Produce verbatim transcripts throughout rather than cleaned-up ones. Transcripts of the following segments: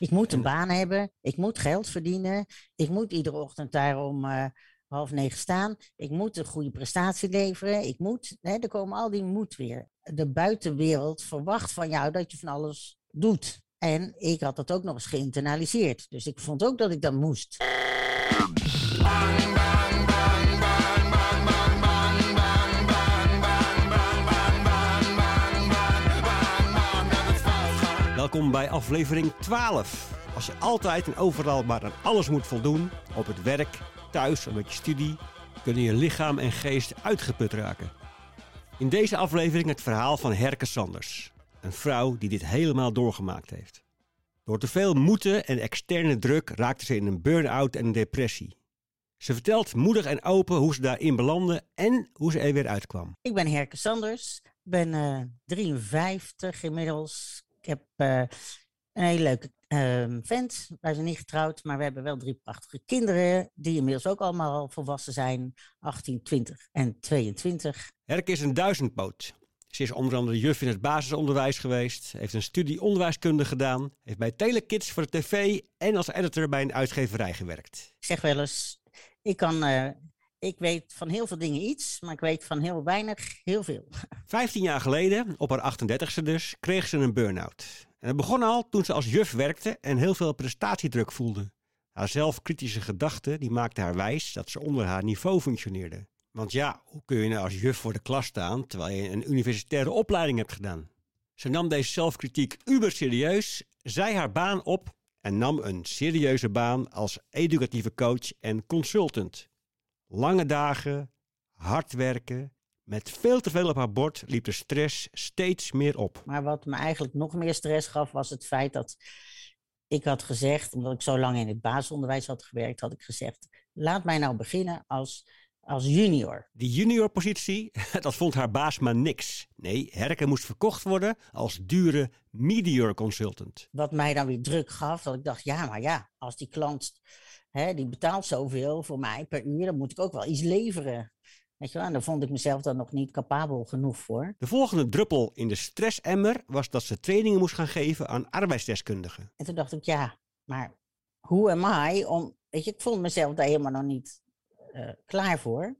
Ik moet een baan hebben, ik moet geld verdienen, ik moet iedere ochtend daar om uh, half negen staan, ik moet een goede prestatie leveren, ik moet, hè, er komen al die moet weer. De buitenwereld verwacht van jou dat je van alles doet. En ik had dat ook nog eens geïnternaliseerd, dus ik vond ook dat ik dat moest. Welkom bij aflevering twaalf. Als je altijd en overal maar aan alles moet voldoen, op het werk, thuis of met je studie, kunnen je lichaam en geest uitgeput raken. In deze aflevering het verhaal van Herke Sanders. Een vrouw die dit helemaal doorgemaakt heeft. Door te veel moeten en externe druk raakte ze in een burn-out en een depressie. Ze vertelt moedig en open hoe ze daarin belandde en hoe ze er weer uitkwam. Ik ben Herke Sanders, ik ben uh, drieënvijftig inmiddels. Ik heb uh, een hele leuke uh, vent. Wij zijn niet getrouwd, maar we hebben wel drie prachtige kinderen. Die inmiddels ook allemaal al volwassen zijn. achttien, twintig en tweeëntwintig. Herke is een duizendpoot. Ze is onder andere juf in het basisonderwijs geweest. Heeft een studie onderwijskunde gedaan. Heeft bij Telekids voor de tv en als editor bij een uitgeverij gewerkt. Ik zeg wel eens, ik kan... Uh, Ik weet van heel veel dingen iets, maar ik weet van heel weinig heel veel. Vijftien jaar geleden, op haar achtendertigste dus, kreeg ze een burn-out. En het begon al toen ze als juf werkte en heel veel prestatiedruk voelde. Haar zelfkritische gedachten die maakten haar wijs dat ze onder haar niveau functioneerde. Want ja, hoe kun je nou als juf voor de klas staan terwijl je een universitaire opleiding hebt gedaan? Ze nam deze zelfkritiek uber serieus, zei haar baan op en nam een serieuze baan als educatieve coach en consultant. Lange dagen, hard werken, met veel te veel op haar bord liep de stress steeds meer op. Maar wat me eigenlijk nog meer stress gaf was het feit dat ik had gezegd, omdat ik zo lang in het basisonderwijs had gewerkt, had ik gezegd, laat mij nou beginnen als, als junior. Die juniorpositie, dat vond haar baas maar niks. Nee, Herke moest verkocht worden als dure medior consultant. Wat mij dan weer druk gaf, dat ik dacht, ja, maar ja, als die klant... He, die betaalt zoveel voor mij per uur, dan moet ik ook wel iets leveren. Weet je wel? En daar vond ik mezelf dan nog niet capabel genoeg voor. De volgende druppel in de stressemmer was dat ze trainingen moest gaan geven aan arbeidsdeskundigen. En toen dacht ik, ja, maar hoe am I om... Weet je, ik vond mezelf daar helemaal nog niet uh, klaar voor.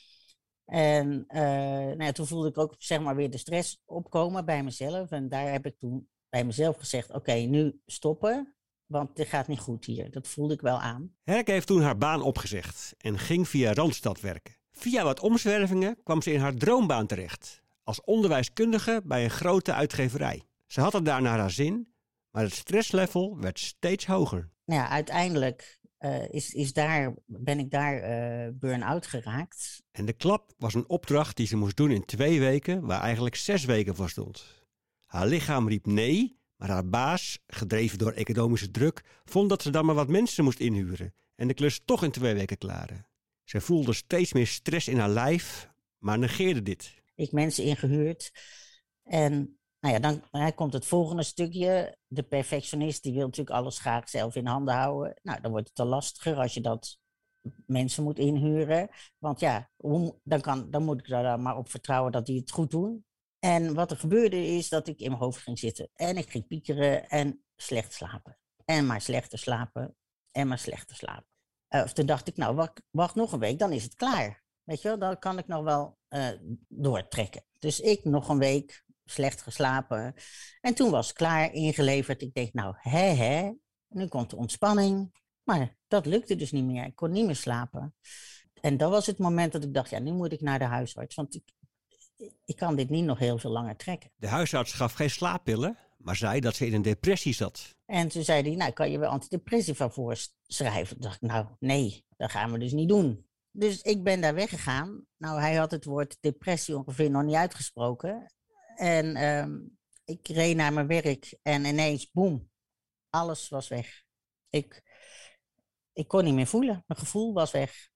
En uh, nou ja, toen voelde ik ook zeg maar weer de stress opkomen bij mezelf. En daar heb ik toen bij mezelf gezegd, oké, okay, nu stoppen. Want dit gaat niet goed hier. Dat voelde ik wel aan. Herke heeft toen haar baan opgezegd en ging via Randstad werken. Via wat omzwervingen kwam ze in haar droombaan terecht. Als onderwijskundige bij een grote uitgeverij. Ze had het daar naar haar zin, maar het stresslevel werd steeds hoger. Nou ja, uiteindelijk uh, is, is daar, ben ik daar uh, burn-out geraakt. En de klap was een opdracht die ze moest doen in twee weken, waar eigenlijk zes weken voor stond. Haar lichaam riep nee... Maar haar baas, gedreven door economische druk, vond dat ze dan maar wat mensen moest inhuren en de klus toch in twee weken klaren. Ze voelde steeds meer stress in haar lijf, maar negeerde dit. Ik mensen ingehuurd en nou ja, dan, dan komt het volgende stukje. De perfectionist die wil natuurlijk alles graag zelf in handen houden. Nou, dan wordt het te lastiger als je dat mensen moet inhuren. Want ja, hoe, dan, kan, dan moet ik daar maar op vertrouwen dat die het goed doen. En wat er gebeurde is dat ik in mijn hoofd ging zitten. En ik ging piekeren en slecht slapen. En maar slechter slapen. En maar slechter slapen. Uh, toen dacht ik, nou, wacht, wacht nog een week, dan is het klaar. Weet je wel, dan kan ik nog wel uh, doortrekken. Dus ik nog een week slecht geslapen. En toen was het klaar, ingeleverd. Ik denk, nou, hè, hè. Nu komt de ontspanning. Maar dat lukte dus niet meer. Ik kon niet meer slapen. En dat was het moment dat ik dacht, ja, nu moet ik naar de huisarts. Want ik... Ik kan dit niet nog heel veel langer trekken. De huisarts gaf geen slaappillen, maar zei dat ze in een depressie zat. En toen zei hij, nou, kan je wel antidepressiva voorschrijven? Toen dacht ik, nou, nee, dat gaan we dus niet doen. Dus ik ben daar weggegaan. Nou, hij had het woord depressie ongeveer nog niet uitgesproken. En um, ik reed naar mijn werk en ineens, boem, alles was weg. Ik, ik kon niet meer voelen, mijn gevoel was weg.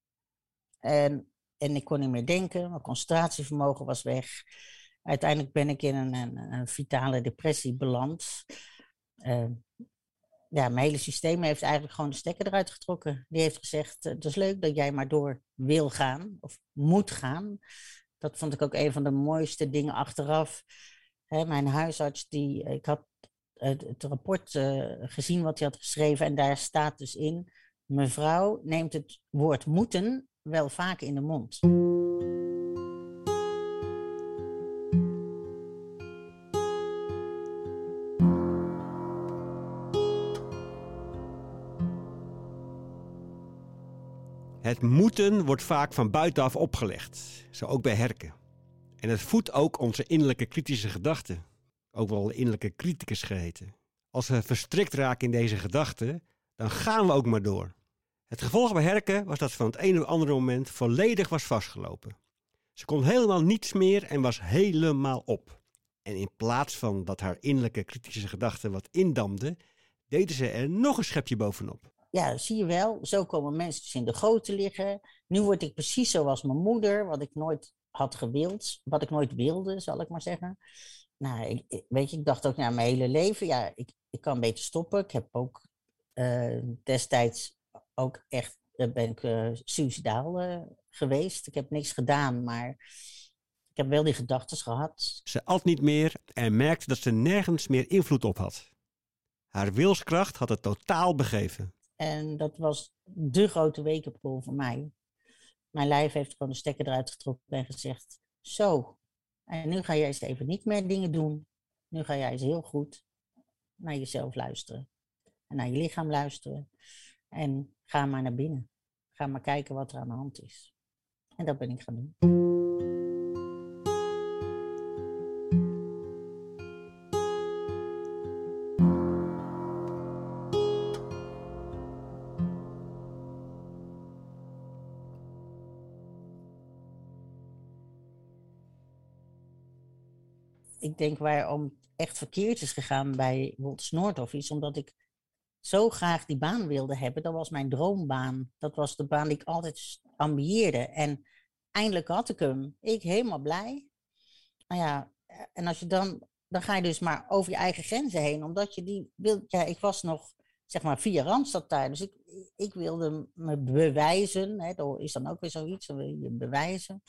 En... En ik kon niet meer denken, mijn concentratievermogen was weg. Uiteindelijk ben ik in een, een, een vitale depressie beland. Uh, ja, mijn hele systeem heeft eigenlijk gewoon de stekker eruit getrokken. Die heeft gezegd, het is leuk dat jij maar door wil gaan, of moet gaan. Dat vond ik ook een van de mooiste dingen achteraf. Hè, mijn huisarts, die, ik had het, het rapport uh, gezien wat hij had geschreven. En daar staat dus in, mevrouw neemt het woord moeten wel vaak in de mond. Het moeten wordt vaak van buitenaf opgelegd, zo ook bij Herke. En het voedt ook onze innerlijke kritische gedachten, ook wel innerlijke criticus geheten. Als we verstrikt raken in deze gedachten, dan gaan we ook maar door. Het gevolg bij Herke was dat ze van het ene op het andere moment volledig was vastgelopen. Ze kon helemaal niets meer en was helemaal op. En in plaats van dat haar innerlijke kritische gedachten wat indamden, deden ze er nog een schepje bovenop. Ja, zie je wel, zo komen mensen dus in de goot te liggen. Nu word ik precies zoals mijn moeder, wat ik nooit had gewild, wat ik nooit wilde, zal ik maar zeggen. Nou, ik, weet je, ik dacht ook, nou, mijn hele leven, ja, ik, ik kan beter stoppen. Ik heb ook uh, destijds ook echt, uh, ben ik uh, suicidaal uh, geweest. Ik heb niks gedaan, maar ik heb wel die gedachten gehad. Ze at niet meer en merkte dat ze nergens meer invloed op had. Haar wilskracht had het totaal begeven. En dat was de grote wake-up-call voor mij. Mijn lijf heeft gewoon de stekker eruit getrokken en gezegd, zo, en nu ga jij eens even niet meer dingen doen. Nu ga jij eens heel goed naar jezelf luisteren. En naar je lichaam luisteren. En ga maar naar binnen. Ga maar kijken wat er aan de hand is. En dat ben ik gaan doen. Ik denk waarom het echt verkeerd is gegaan bij Wolters Noordhoff is omdat ik zo graag die baan wilde hebben. Dat was mijn droombaan. Dat was de baan die ik altijd ambieerde. En eindelijk had ik hem. Ik helemaal blij. Nou ja, en als je dan, dan ga je dus maar over je eigen grenzen heen. Omdat je die wil, ja, ik was nog, zeg maar, via Randstad daar. Dus ik, ik wilde me bewijzen. Hè, dat is dan ook weer zoiets, dan wil je bewijzen.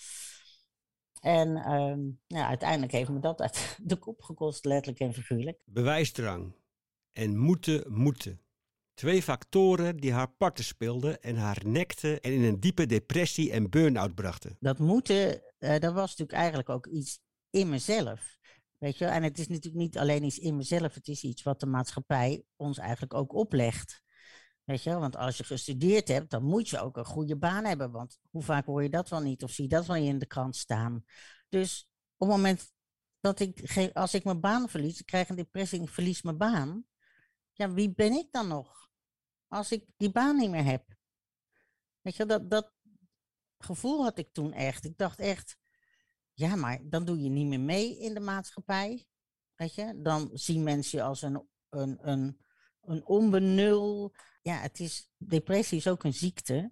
En um, ja, uiteindelijk heeft me dat uit de kop gekost, letterlijk en figuurlijk. Bewijsdrang en moeten moeten. Twee factoren die haar parten speelden en haar nekten en in een diepe depressie en burn-out brachten. Dat moeten, uh, dat was natuurlijk eigenlijk ook iets in mezelf. Weet je? En het is natuurlijk niet alleen iets in mezelf, het is iets wat de maatschappij ons eigenlijk ook oplegt. Weet je, want als je gestudeerd hebt, dan moet je ook een goede baan hebben. Want hoe vaak hoor je dat wel niet? Of zie je dat wel in de krant staan? Dus op het moment dat ik, als ik mijn baan verlies, ik krijg een depressie, ik verlies mijn baan. Ja, wie ben ik dan nog? Als ik die baan niet meer heb. Weet je, dat, dat gevoel had ik toen echt. Ik dacht echt, ja, maar dan doe je niet meer mee in de maatschappij. Weet je, dan zien mensen je als een, een, een, een onbenul. Ja, het is, depressie is ook een ziekte.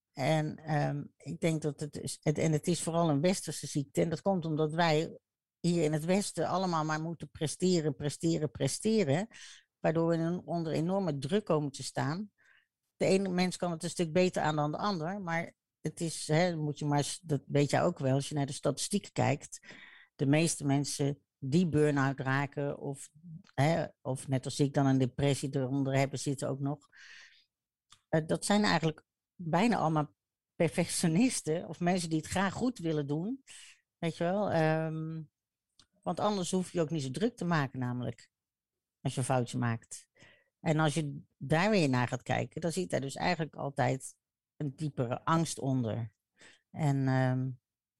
En um, ik denk dat het is, het, en het is vooral een westerse ziekte. En dat komt omdat wij hier in het Westen allemaal maar moeten presteren, presteren, presteren. Waardoor we onder enorme druk komen te staan. De ene mens kan het een stuk beter aan dan de ander. Maar het is, hè, moet je maar, dat weet jij ook wel, als je naar de statistieken kijkt. De meeste mensen die burn-out raken, of, hè, of net als ik dan een depressie eronder hebben zitten ook nog. Uh, dat zijn eigenlijk bijna allemaal perfectionisten of mensen die het graag goed willen doen. Weet je wel? Um, want anders hoef je ook niet zo druk te maken namelijk. Als je een foutje maakt. En als je daar weer naar gaat kijken, dan zit daar dus eigenlijk altijd een diepere angst onder. En, um,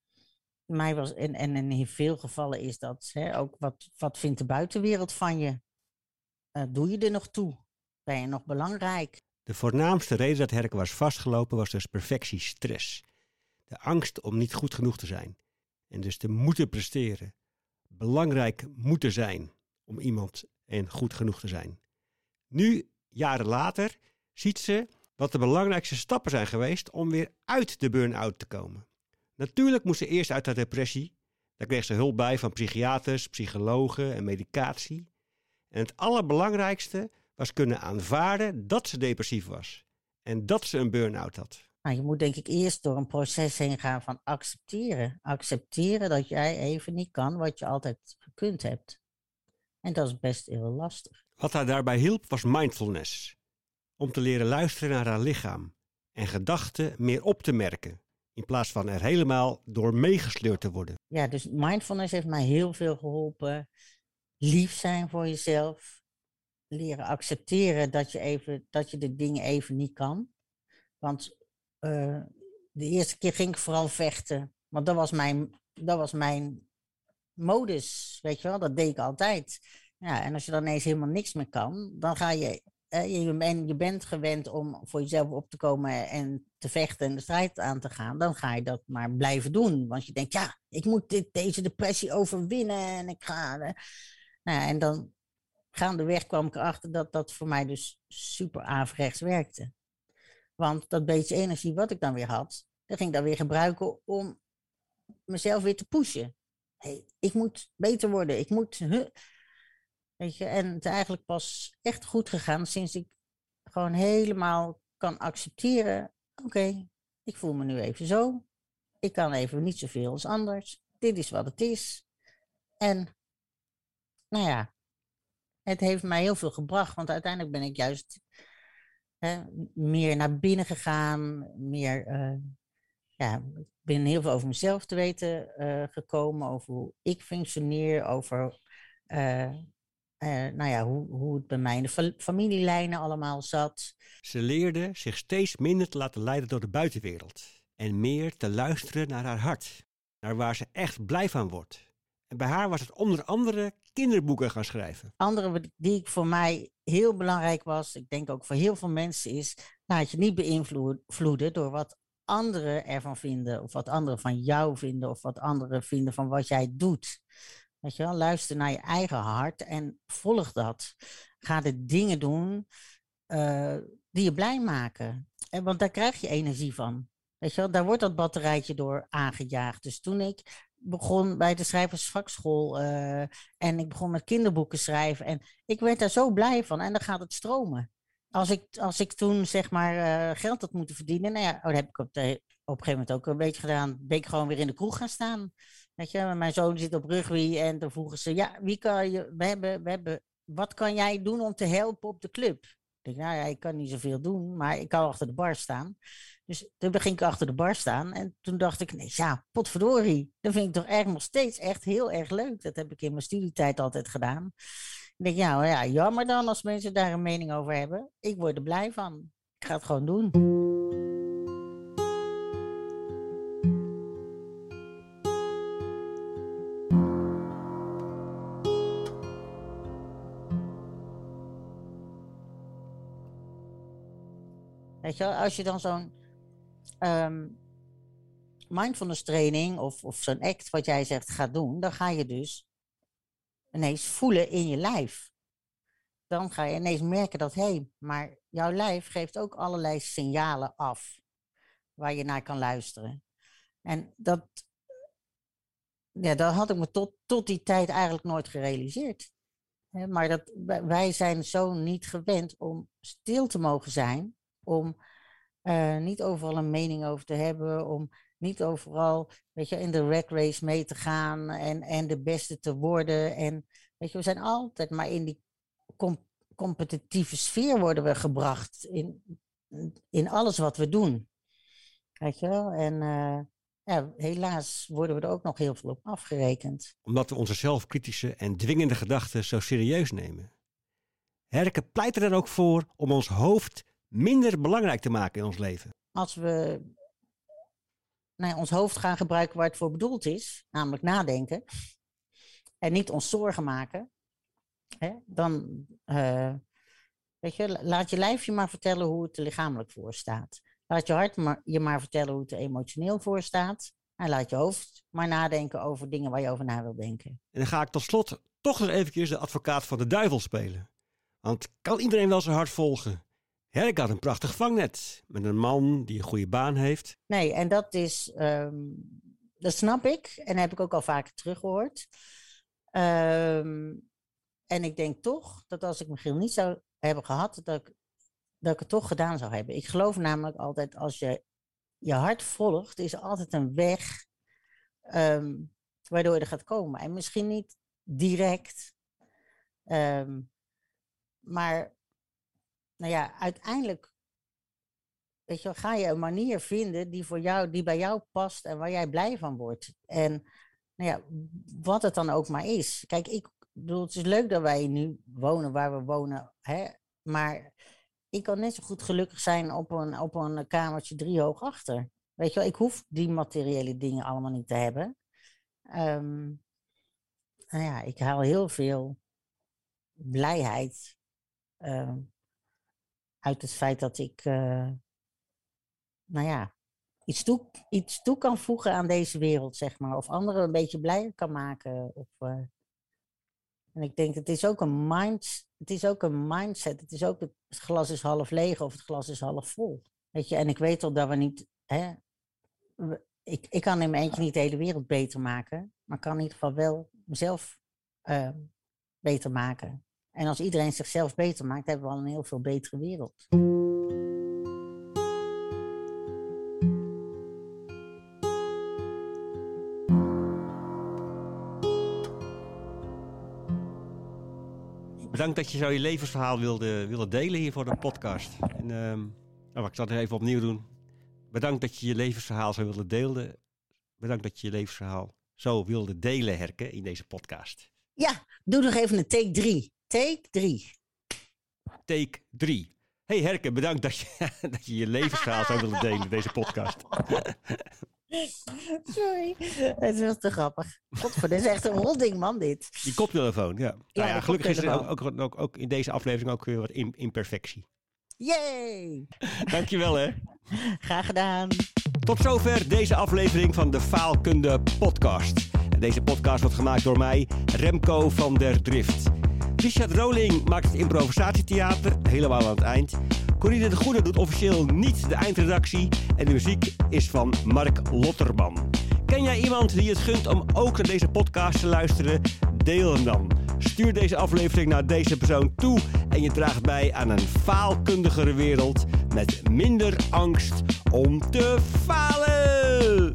mij was, en, en in veel gevallen is dat hè, ook wat, wat vindt de buitenwereld van je? Uh, doe je er nog toe? Ben je nog belangrijk? De voornaamste reden dat Herke was vastgelopen was dus perfectiestress. De angst om niet goed genoeg te zijn. En dus te moeten presteren. Belangrijk moeten zijn om iemand en goed genoeg te zijn. Nu, jaren later, ziet ze wat de belangrijkste stappen zijn geweest om weer uit de burn-out te komen. Natuurlijk moest ze eerst uit haar depressie. Daar kreeg ze hulp bij van psychiaters, psychologen en medicatie. En het allerbelangrijkste was kunnen aanvaarden dat ze depressief was. En dat ze een burn-out had. Nou, je moet denk ik eerst door een proces heen gaan van accepteren. Accepteren dat jij even niet kan wat je altijd gekund hebt. En dat is best heel lastig. Wat haar daarbij hielp was mindfulness. Om te leren luisteren naar haar lichaam. En gedachten meer op te merken. In plaats van er helemaal door meegesleurd te worden. Ja, dus mindfulness heeft mij heel veel geholpen. Lief zijn voor jezelf. Leren accepteren dat je, even, dat je de dingen even niet kan. Want uh, de eerste keer ging ik vooral vechten. Want dat was mijn, dat was mijn modus, weet je wel. Dat deed ik altijd. Ja, en als je dan ineens helemaal niks meer kan, dan ga je... Uh, je, ben, je bent gewend om voor jezelf op te komen en te vechten en de strijd aan te gaan. Dan ga je dat maar blijven doen. Want je denkt, ja, ik moet dit, deze depressie overwinnen en ik ga... Uh, nou, en dan gaandeweg kwam ik erachter dat dat voor mij dus super averechts werkte. Want dat beetje energie wat ik dan weer had, dat ging ik dan weer gebruiken om mezelf weer te pushen. Hey, ik moet beter worden, ik moet... Huh. Weet je, en het is eigenlijk pas echt goed gegaan sinds ik gewoon helemaal kan accepteren. Oké, okay, ik voel me nu even zo. Ik kan even niet zoveel als anders. Dit is wat het is. En, nou ja, het heeft mij heel veel gebracht. Want uiteindelijk ben ik juist hè, meer naar binnen gegaan. Meer, uh, ja, ik ben heel veel over mezelf te weten uh, gekomen. Over hoe ik functioneer. Over... Uh, Uh, nou ja, hoe, hoe het bij mij in de fa- familielijnen allemaal zat. Ze leerde zich steeds minder te laten leiden door de buitenwereld. En meer te luisteren naar haar hart. Naar waar ze echt blij van wordt. En bij haar was het onder andere kinderboeken gaan schrijven. Andere die ik voor mij heel belangrijk was, ik denk ook voor heel veel mensen is, laat je niet beïnvloeden door wat anderen ervan vinden. Of wat anderen van jou vinden. Of wat anderen vinden van wat jij doet. Weet je wel, luister naar je eigen hart en volg dat. Ga de dingen doen uh, die je blij maken. En, want daar krijg je energie van. Weet je wel, daar wordt dat batterijtje door aangejaagd. Dus toen ik begon bij de schrijversvakschool uh, en ik begon met kinderboeken schrijven. En ik werd daar zo blij van en dan gaat het stromen. Als ik, als ik toen zeg maar uh, geld had moeten verdienen, nou ja, oh, dat heb ik op, de, op een gegeven moment ook een beetje gedaan. Ben ik gewoon weer in de kroeg gaan staan. Weet je, mijn zoon zit op rugby en dan vroegen ze, ja, wie kan je, we hebben, we hebben, wat kan jij doen om te helpen op de club? Ik denk, nou ja, ik kan niet zoveel doen, maar ik kan achter de bar staan. Dus toen ging ik achter de bar staan en toen dacht ik, nee, ja, potverdorie, dat vind ik toch echt nog steeds echt heel erg leuk. Dat heb ik in mijn studietijd altijd gedaan. Ik denk, ja, ja, jammer dan als mensen daar een mening over hebben. Ik word er blij van. Ik ga het gewoon doen. Weet je wel, als je dan zo'n um, mindfulness training of, of zo'n act wat jij zegt gaat doen, dan ga je dus ineens voelen in je lijf. Dan ga je ineens merken dat, hé, hey, maar jouw lijf geeft ook allerlei signalen af waar je naar kan luisteren. En dat, ja, dat had ik me tot, tot die tijd eigenlijk nooit gerealiseerd. Maar dat, wij zijn zo niet gewend om stil te mogen zijn, om uh, niet overal een mening over te hebben, om niet overal, weet je, in de rat race mee te gaan en, en de beste te worden. En weet je, we zijn altijd maar in die com- competitieve sfeer worden we gebracht in, in alles wat we doen. Weet je wel? En uh, ja, helaas worden we er ook nog heel veel op afgerekend. Omdat we onze zelfkritische en dwingende gedachten zo serieus nemen. Herke pleit er dan ook voor om ons hoofd minder belangrijk te maken in ons leven. Als we nou ja, ons hoofd gaan gebruiken waar het voor bedoeld is, namelijk nadenken, en niet ons zorgen maken, hè, dan uh, weet je, laat je lijf je maar vertellen hoe het er lichamelijk voor staat. Laat je hart maar, je maar vertellen hoe het er emotioneel voor staat. En laat je hoofd maar nadenken over dingen waar je over na wil denken. En dan ga ik tot slot toch nog eventjes de advocaat van de duivel spelen. Want kan iedereen wel zijn hart volgen? Herke had een prachtig vangnet met een man die een goede baan heeft. Nee, en dat is, um, dat snap ik. En dat heb ik ook al vaker teruggehoord. Um, en ik denk toch dat als ik Michiel niet zou hebben gehad, dat ik, dat ik het toch gedaan zou hebben. Ik geloof namelijk altijd, als je je hart volgt, is er altijd een weg um, waardoor je er gaat komen. En misschien niet direct, Um, maar, nou ja, uiteindelijk, weet je wel, ga je een manier vinden die voor jou, die bij jou past en waar jij blij van wordt. En, nou ja, wat het dan ook maar is. Kijk, ik bedoel, het is leuk dat wij nu wonen waar we wonen, hè, maar ik kan net zo goed gelukkig zijn op een, op een kamertje drie hoog achter. Weet je wel, ik hoef die materiële dingen allemaal niet te hebben. Um, nou ja, ik haal heel veel blijheid uh, uit het feit dat ik, uh, nou ja, iets toe, iets toe kan voegen aan deze wereld, zeg maar. Of anderen een beetje blijer kan maken. Of, uh, en ik denk, het is ook een mind, het is ook een mindset. Het is ook, het glas is half leeg of het glas is half vol. Weet je, en ik weet toch dat we niet, hè, we, ik, ik kan in mijn eentje niet de hele wereld beter maken, maar kan in ieder geval wel mezelf uh, beter maken. En als iedereen zichzelf beter maakt, hebben we al een heel veel betere wereld. Bedankt dat je zo je levensverhaal wilde, wilde delen hier voor de podcast. En, um, nou, ik zal het even opnieuw doen. Bedankt dat je je levensverhaal zo wilde delen. Bedankt dat je je levensverhaal zo wilde delen, Herke, in deze podcast. Ja, doe nog even een take drie. Take drie. Take drie. Hey Herke, bedankt dat je dat je, je levensverhaal zou willen delen in deze podcast. Sorry, het is te grappig. Godver, dit is echt een holding, man, dit. Die koptelefoon, ja. Ja, nou ja, gelukkig is er ook, ook, ook, ook in deze aflevering ook weer wat imperfectie. Yay! Dankjewel, hè. Graag gedaan. Tot zover deze aflevering van de Faalkunde podcast. En deze podcast wordt gemaakt door mij, Remco van der Drift. Richard Roling maakt het improvisatietheater, helemaal aan het eind. Corine de Goede doet officieel niet de eindredactie. En de muziek is van Mark Lotterman. Ken jij iemand die het gunt om ook naar deze podcast te luisteren? Deel hem dan. Stuur deze aflevering naar deze persoon toe. En je draagt bij aan een faalkundigere wereld met minder angst om te falen.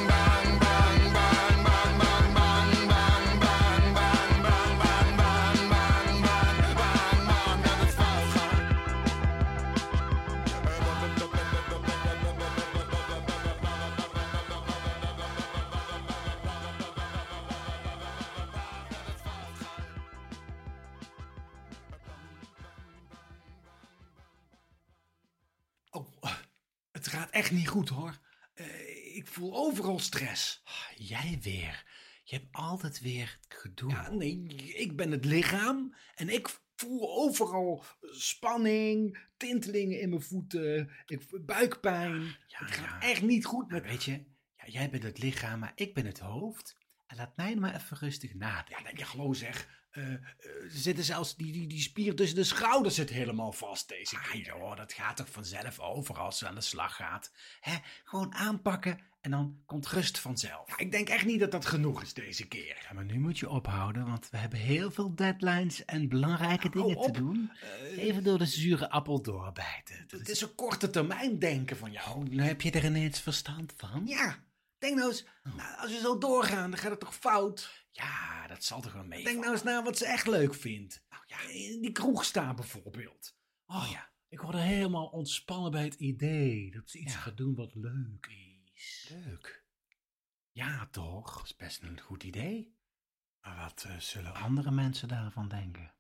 Het gaat echt niet goed, hoor. Uh, ik voel overal stress. Oh, jij weer. Je hebt altijd weer gedoe. Ja, nee, ik ben het lichaam en ik voel overal spanning, tintelingen in mijn voeten, ik, buikpijn. Ja, het gaat ja. echt niet goed met... Nou, weet je, ja, jij bent het lichaam, maar ik ben het hoofd. En laat mij maar even rustig nadenken. Ja, ja gewoon zeg. Uh, uh, zitten zelfs die, die, die spier tussen de schouders zit helemaal vast deze keer. Ah, joh, dat gaat toch vanzelf over als ze aan de slag gaat. Hè? Gewoon aanpakken en dan komt rust vanzelf. Ja, ik denk echt niet dat dat genoeg is deze keer. Ja, maar nu moet je ophouden, want we hebben heel veel deadlines en belangrijke ja, dingen te doen. Uh, Even door de zure appel doorbijten. Het is... is een korte termijn denken van jou. Nu heb je er ineens verstand van. Ja. Denk nou eens, oh. nou, als we zo doorgaan, dan gaat het toch fout? Ja, dat zal toch wel mee. Denk nou eens naar wat ze echt leuk vindt. Nou ja, in die kroeg staan bijvoorbeeld. Oh, oh ja, ik word er helemaal ontspannen bij het idee dat ze iets ja. gaat doen wat leuk is. Leuk? Ja, toch? Dat is best een goed idee. Maar wat uh, zullen andere mensen daarvan denken?